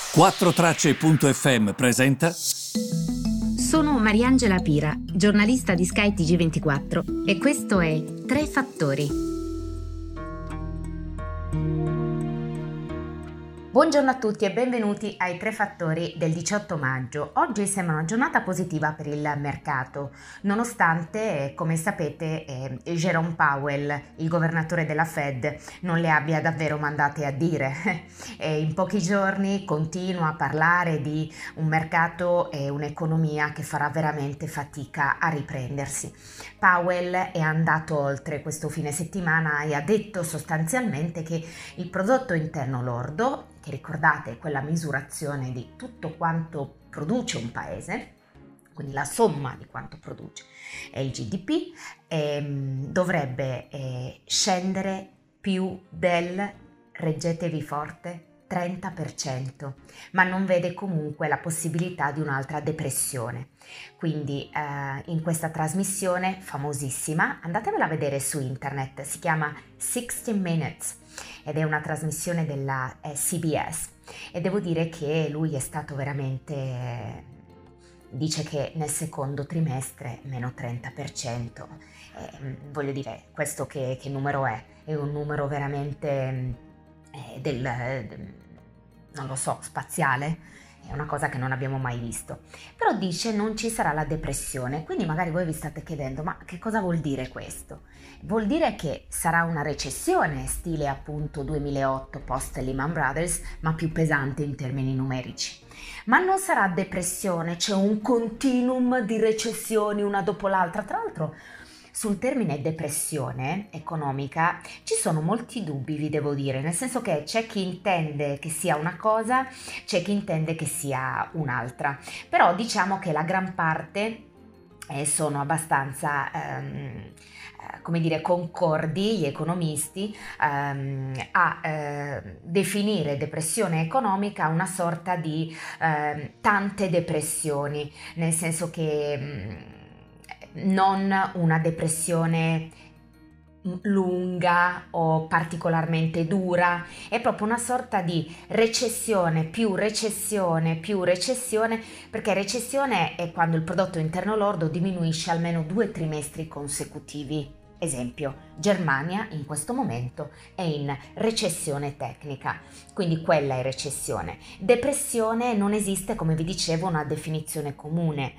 4Tracce.fm presenta. Sono Mariangela Pira, giornalista di Sky TG24 e questo è Tre Fattori. Buongiorno a tutti e benvenuti ai Tre Fattori del 18 maggio. Oggi sembra una giornata positiva per il mercato, nonostante, come sapete, Jerome Powell, il governatore della Fed, non le abbia davvero mandate a dire. In pochi giorni continua a parlare di un mercato e un'economia che farà veramente fatica a riprendersi. Powell è andato oltre questo fine settimana e ha detto sostanzialmente che il prodotto interno lordo, che ricordate è quella misurazione di tutto quanto produce un paese, quindi la somma di quanto produce è il GDP, dovrebbe scendere più del, reggetevi forte, 30%, ma non vede comunque la possibilità di un'altra depressione. Quindi in questa trasmissione famosissima, andatevela a vedere su internet, si chiama 60 Minutes ed è una trasmissione della CBS e devo dire che lui è stato veramente, dice che nel secondo trimestre meno 30%, voglio dire, questo che numero è? È un numero veramente non lo so, spaziale, è una cosa che non abbiamo mai visto, però dice non ci sarà la depressione, quindi magari voi vi state chiedendo ma che cosa vuol dire questo? Vuol dire che sarà una recessione stile appunto 2008 post Lehman Brothers, ma più pesante in termini numerici. Ma non sarà depressione, c'è un continuum di recessioni una dopo l'altra. Tra l'altro sul termine depressione economica ci sono molti dubbi, vi devo dire, nel senso che c'è chi intende che sia una cosa, c'è chi intende che sia un'altra, però diciamo che la gran parte sono abbastanza come dire, concordi gli economisti a definire depressione economica una sorta di tante depressioni, nel senso che non una depressione lunga o particolarmente dura, è proprio una sorta di recessione più recessione più recessione, perché recessione è quando il prodotto interno lordo diminuisce almeno 2 trimestri consecutivi. Esempio, Germania in questo momento è in recessione tecnica, quindi quella è recessione. Depressione non esiste, come vi dicevo, una definizione comune.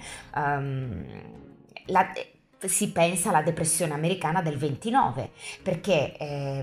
Si pensa alla depressione americana del 29, perché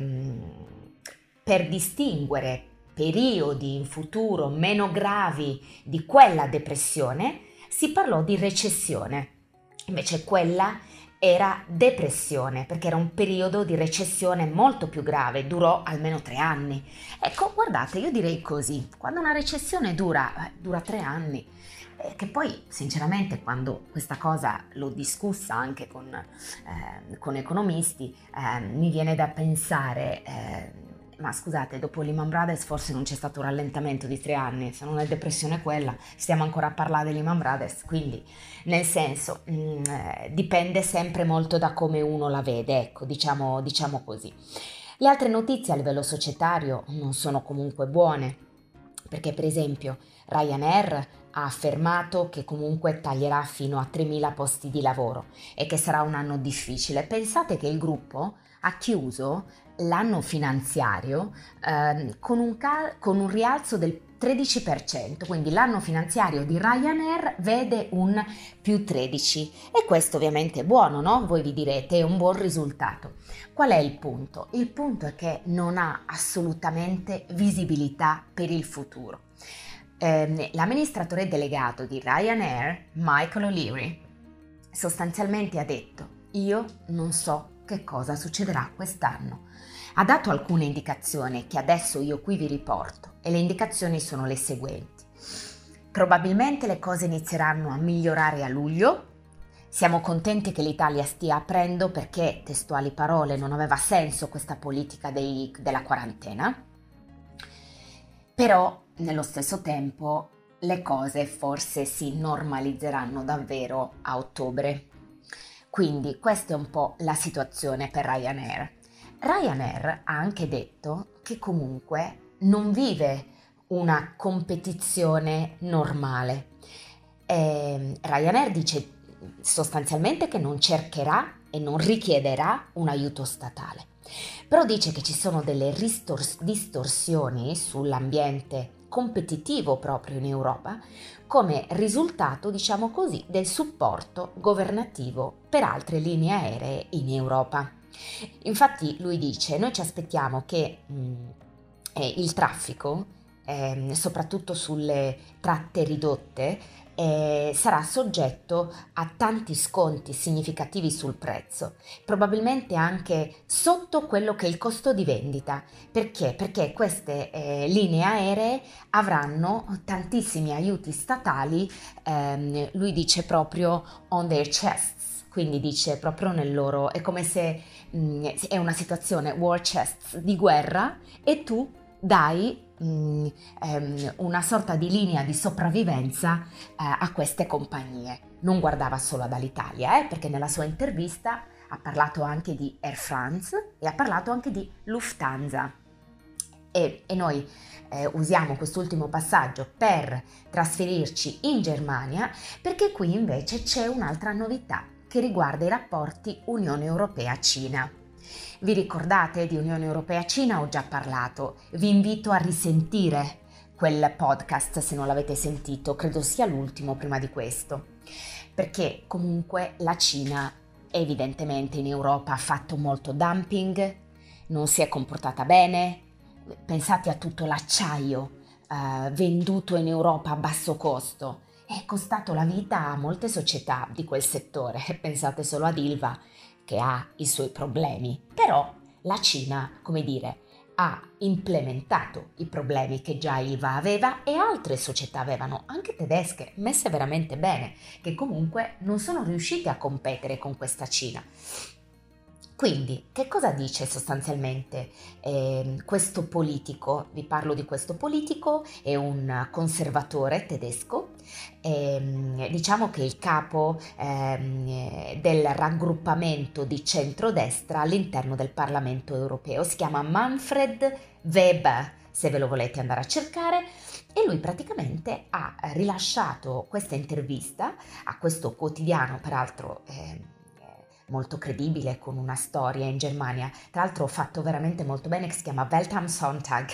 per distinguere periodi in futuro meno gravi di quella depressione si parlò di recessione, invece quella era depressione perché era un periodo di recessione molto più grave, durò almeno 3 anni. Ecco, guardate, io direi così, quando una recessione dura 3 anni, che poi sinceramente quando questa cosa l'ho discussa anche con economisti, mi viene da pensare, ma scusate, dopo Lehman Brothers forse non c'è stato un rallentamento di 3 anni, se non è depressione quella, stiamo ancora a parlare di Lehman Brothers, quindi nel senso dipende sempre molto da come uno la vede, ecco, diciamo così. Le altre notizie a livello societario non sono comunque buone, perché per esempio Ryanair ha affermato che comunque taglierà fino a 3.000 posti di lavoro e che sarà un anno difficile. Pensate che il gruppo ha chiuso l'anno finanziario con un rialzo del 13%, quindi l'anno finanziario di Ryanair vede un più 13 e questo ovviamente è buono, no? Voi vi direte è un buon risultato. Qual è il punto? Il punto è che non ha assolutamente visibilità per il futuro. L'amministratore delegato di Ryanair, Michael O'Leary, sostanzialmente ha detto: io non so che cosa succederà quest'anno. Ha dato alcune indicazioni che adesso io qui vi riporto e le indicazioni sono le seguenti. Probabilmente le cose inizieranno a migliorare a luglio. Siamo contenti che l'Italia stia aprendo perché, testuali parole, non aveva senso questa politica della quarantena. Però nello stesso tempo le cose forse si normalizzeranno davvero a ottobre. Quindi questa è un po' la situazione per Ryanair. Ryanair ha anche detto che comunque non vive una competizione normale. Ryanair dice sostanzialmente che non cercherà e non richiederà un aiuto statale, però dice che ci sono delle distorsioni sull'ambiente competitivo proprio in Europa come risultato, diciamo così, del supporto governativo per altre linee aeree in Europa. Infatti lui dice: noi ci aspettiamo che il traffico, soprattutto sulle tratte ridotte, sarà soggetto a tanti sconti significativi sul prezzo, probabilmente anche sotto quello che è il costo di vendita. Perché? Perché queste linee aeree avranno tantissimi aiuti statali, lui dice proprio on their chests, quindi dice proprio nel loro, è come se è una situazione war chests di guerra e tu dai una sorta di linea di sopravvivenza a queste compagnie. Non guardava solo ad Alitalia, perché nella sua intervista ha parlato anche di Air France e ha parlato anche di Lufthansa. E noi usiamo quest'ultimo passaggio per trasferirci in Germania, perché qui invece c'è un'altra novità che riguarda i rapporti Unione Europea-Cina. Vi ricordate di Unione Europea-Cina? Ho già parlato, vi invito a risentire quel podcast se non l'avete sentito, credo sia l'ultimo prima di questo, perché comunque la Cina evidentemente in Europa ha fatto molto dumping, non si è comportata bene. Pensate a tutto l'acciaio venduto in Europa a basso costo, è costato la vita a molte società di quel settore, pensate solo ad Ilva che ha i suoi problemi, però la Cina, come dire, ha implementato i problemi che già Ilva aveva e altre società avevano, anche tedesche, messe veramente bene, che comunque non sono riuscite a competere con questa Cina. Quindi, che cosa dice sostanzialmente questo politico? Vi parlo di questo politico, è un conservatore tedesco, diciamo che è il capo del raggruppamento di centrodestra all'interno del Parlamento europeo, si chiama Manfred Weber, se ve lo volete andare a cercare, e lui praticamente ha rilasciato questa intervista a questo quotidiano, peraltro molto credibile, con una storia in Germania, tra l'altro fatto veramente molto bene, che si chiama Welt am Sonntag.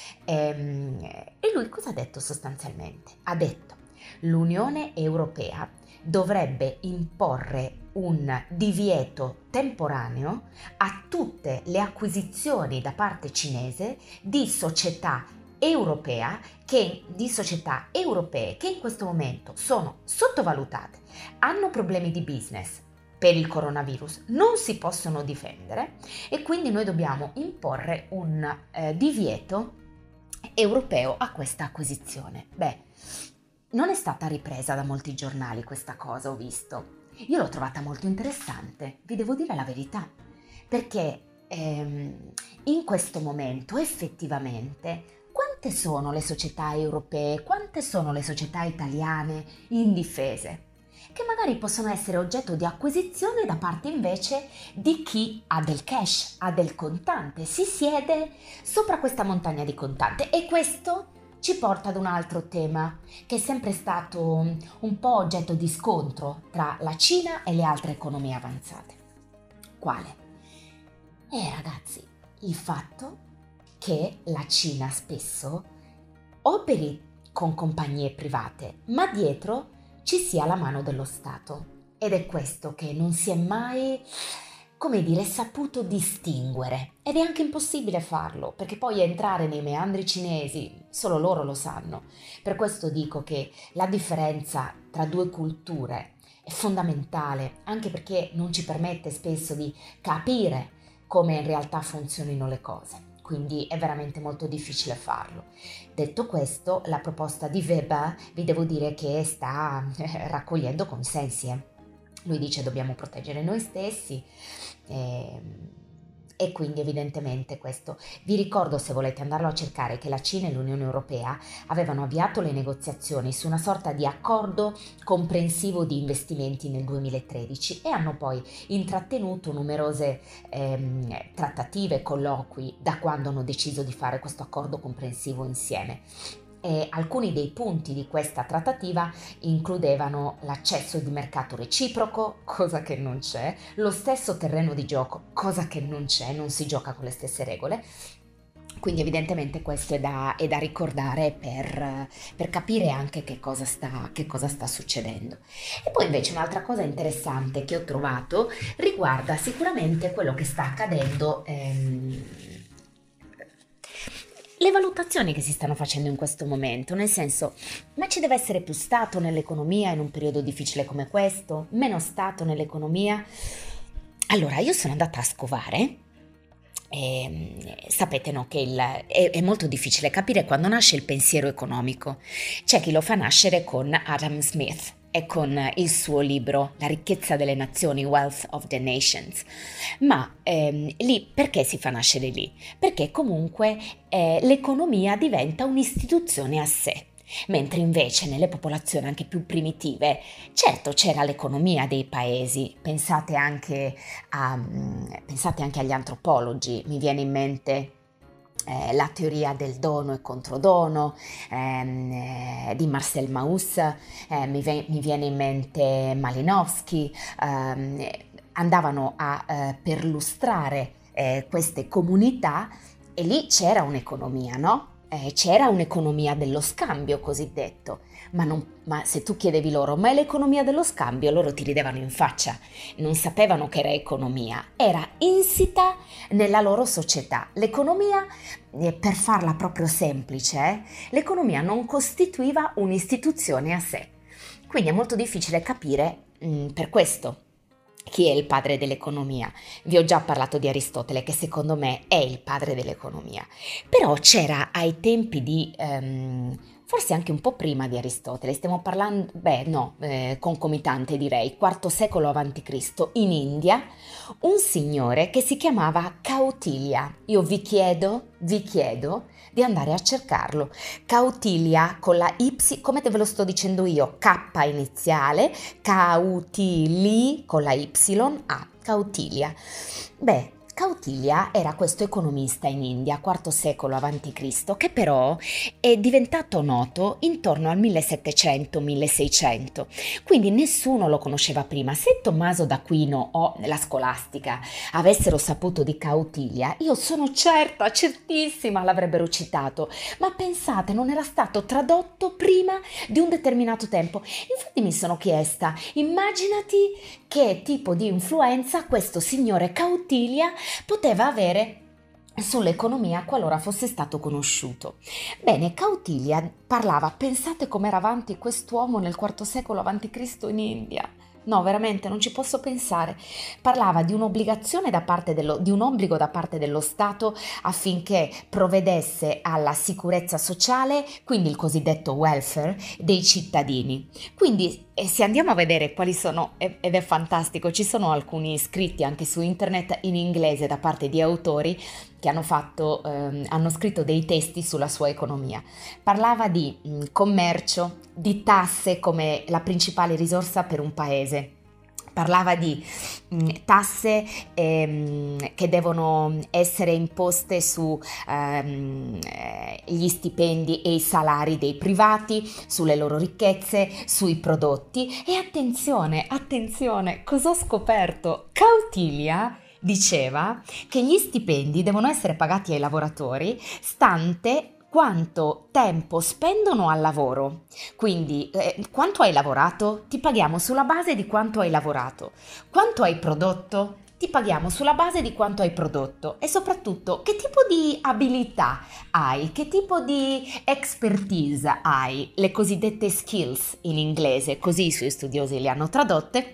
E lui cosa ha detto sostanzialmente? Ha detto: l'Unione Europea dovrebbe imporre un divieto temporaneo a tutte le acquisizioni da parte cinese di società europee che in questo momento sono sottovalutate, hanno problemi di business per il coronavirus, non si possono difendere e quindi noi dobbiamo imporre un divieto europeo a questa acquisizione. Beh, non è stata ripresa da molti giornali questa cosa, ho visto. Io l'ho trovata molto interessante, vi devo dire la verità, perché in questo momento effettivamente quante sono le società europee, quante sono le società italiane indifese, che magari possono essere oggetto di acquisizione da parte invece di chi ha del cash, ha del contante, si siede sopra questa montagna di contante. E questo ci porta ad un altro tema che è sempre stato un po' oggetto di scontro tra la Cina e le altre economie avanzate. Quale? Ragazzi, il fatto che la Cina spesso operi con compagnie private, ma dietro ci sia la mano dello Stato. Ed è questo che non si è mai, come dire, saputo distinguere. Ed è anche impossibile farlo, perché poi entrare nei meandri cinesi, solo loro lo sanno. Per questo dico che la differenza tra due culture è fondamentale, anche perché non ci permette spesso di capire come in realtà funzionino le cose. Quindi è veramente molto difficile farlo. Detto questo, la proposta di Weber vi devo dire che sta raccogliendo consensi. Lui dice dobbiamo proteggere noi stessi e quindi evidentemente questo. Vi ricordo, se volete andarlo a cercare, che la Cina e l'Unione Europea avevano avviato le negoziazioni su una sorta di accordo comprensivo di investimenti nel 2013 e hanno poi intrattenuto numerose trattative, colloqui da quando hanno deciso di fare questo accordo comprensivo insieme. E alcuni dei punti di questa trattativa includevano l'accesso di mercato reciproco, cosa che non c'è, lo stesso terreno di gioco, cosa che non c'è, non si gioca con le stesse regole. Quindi evidentemente questo è da ricordare per capire anche che cosa sta succedendo. E poi invece un'altra cosa interessante che ho trovato riguarda sicuramente quello che sta accadendo, le valutazioni che si stanno facendo in questo momento, nel senso, ma ci deve essere più Stato nell'economia in un periodo difficile come questo? Meno Stato nell'economia? Allora, io sono andata a scovare. Sapete, no, che è molto difficile capire quando nasce il pensiero economico. C'è chi lo fa nascere con Adam Smith e con il suo libro La ricchezza delle nazioni, Wealth of the Nations. Ma lì perché si fa nascere lì? Perché comunque l'economia diventa un'istituzione a sé. Mentre invece nelle popolazioni anche più primitive, certo c'era l'economia dei paesi, pensate anche agli antropologi, mi viene in mente la teoria del dono e controdono di Marcel Mauss, mi viene in mente Malinowski, andavano a perlustrare queste comunità e lì c'era un'economia, no? C'era un'economia dello scambio cosiddetto, ma se tu chiedevi loro ma è l'economia dello scambio, loro ti ridevano in faccia, non sapevano che era economia, era insita nella loro società. L'economia, per farla proprio semplice, l'economia non costituiva un'istituzione a sé, quindi è molto difficile capire per questo chi è il padre dell'economia. Vi ho già parlato di Aristotele, che secondo me è il padre dell'economia, però c'era ai tempi di forse anche un po' prima di Aristotele, stiamo parlando, concomitante direi, IV secolo a.C., in India, un signore che si chiamava Kautilya. Io vi chiedo di andare a cercarlo. Kautilya con la Y, come te ve lo sto dicendo io, K iniziale, Kautili con la Y, A, Kautilya. Kautilya era questo economista in India, IV secolo a.C., che però è diventato noto intorno al 1700-1600, quindi nessuno lo conosceva prima. Se Tommaso d'Aquino o la Scolastica avessero saputo di Kautilya, io sono certissima l'avrebbero citato, ma pensate, non era stato tradotto prima di un determinato tempo. Infatti mi sono chiesta, immaginati che tipo di influenza questo signore Kautilya poteva avere sull'economia qualora fosse stato conosciuto. Bene, Kautilya parlava, pensate com'era avanti quest'uomo nel IV secolo a.C. in India. No, veramente non ci posso pensare. Parlava di un'obbligazione di un obbligo da parte dello Stato affinché provvedesse alla sicurezza sociale, quindi il cosiddetto welfare dei cittadini. Quindi se andiamo a vedere quali sono, ed è fantastico, ci sono alcuni scritti anche su internet in inglese da parte di autori che hanno scritto dei testi sulla sua economia. Parlava di commercio, di tasse come la principale risorsa per un paese. Parlava di tasse che devono essere imposte su gli stipendi e i salari dei privati, sulle loro ricchezze, sui prodotti. E attenzione, cosa ho scoperto? Kautilya diceva che gli stipendi devono essere pagati ai lavoratori stante quanto tempo spendono al lavoro. Quindi quanto hai lavorato? Ti paghiamo sulla base di quanto hai lavorato. Quanto hai prodotto? Ti paghiamo sulla base di quanto hai prodotto. E soprattutto che tipo di abilità hai, che tipo di expertise hai, le cosiddette skills in inglese, così i suoi studiosi le hanno tradotte.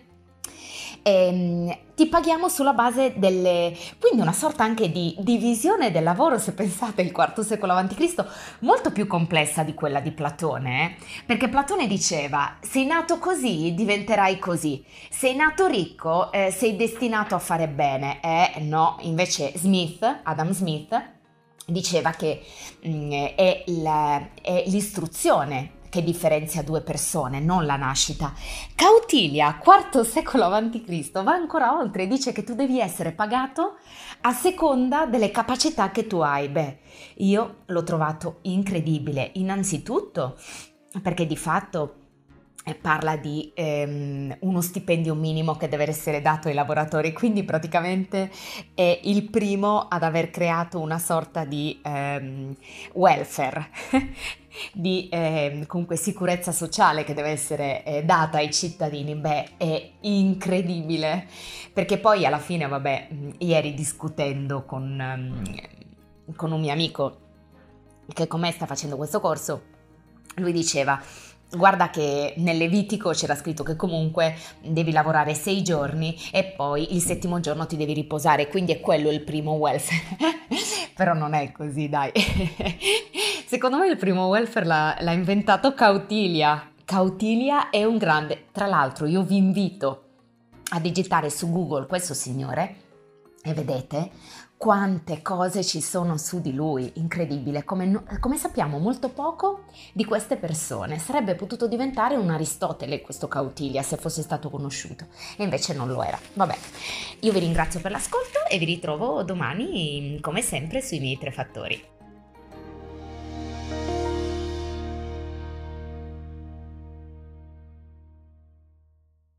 Ti paghiamo sulla base quindi una sorta anche di divisione del lavoro, se pensate il IV secolo a.C., molto più complessa di quella di Platone, perché Platone diceva sei nato così diventerai così, sei nato ricco sei destinato a fare bene, no, invece Adam Smith diceva che è l'istruzione che differenzia due persone, non la nascita. Cautilia, IV secolo a.C., va ancora oltre e dice che tu devi essere pagato a seconda delle capacità che tu hai. Beh, io l'ho trovato incredibile, innanzitutto perché di fatto parla di uno stipendio minimo che deve essere dato ai lavoratori, quindi praticamente è il primo ad aver creato una sorta di welfare, di comunque sicurezza sociale che deve essere data ai cittadini. Beh, è incredibile, perché poi alla fine, vabbè, ieri discutendo con un mio amico che con me sta facendo questo corso, lui diceva: guarda che nel Levitico c'era scritto che comunque devi lavorare 6 giorni e poi il settimo giorno ti devi riposare, quindi è quello il primo welfare. Però non è così, dai. Secondo me il primo welfare l'ha inventato Cautilia. Cautilia è un grande. Tra l'altro io vi invito a digitare su Google questo signore e vedete quante cose ci sono su di lui, incredibile, come sappiamo molto poco di queste persone. Sarebbe potuto diventare un Aristotele questo Cautilia se fosse stato conosciuto, e invece non lo era. Vabbè, io vi ringrazio per l'ascolto e vi ritrovo domani come sempre sui miei 3 fattori.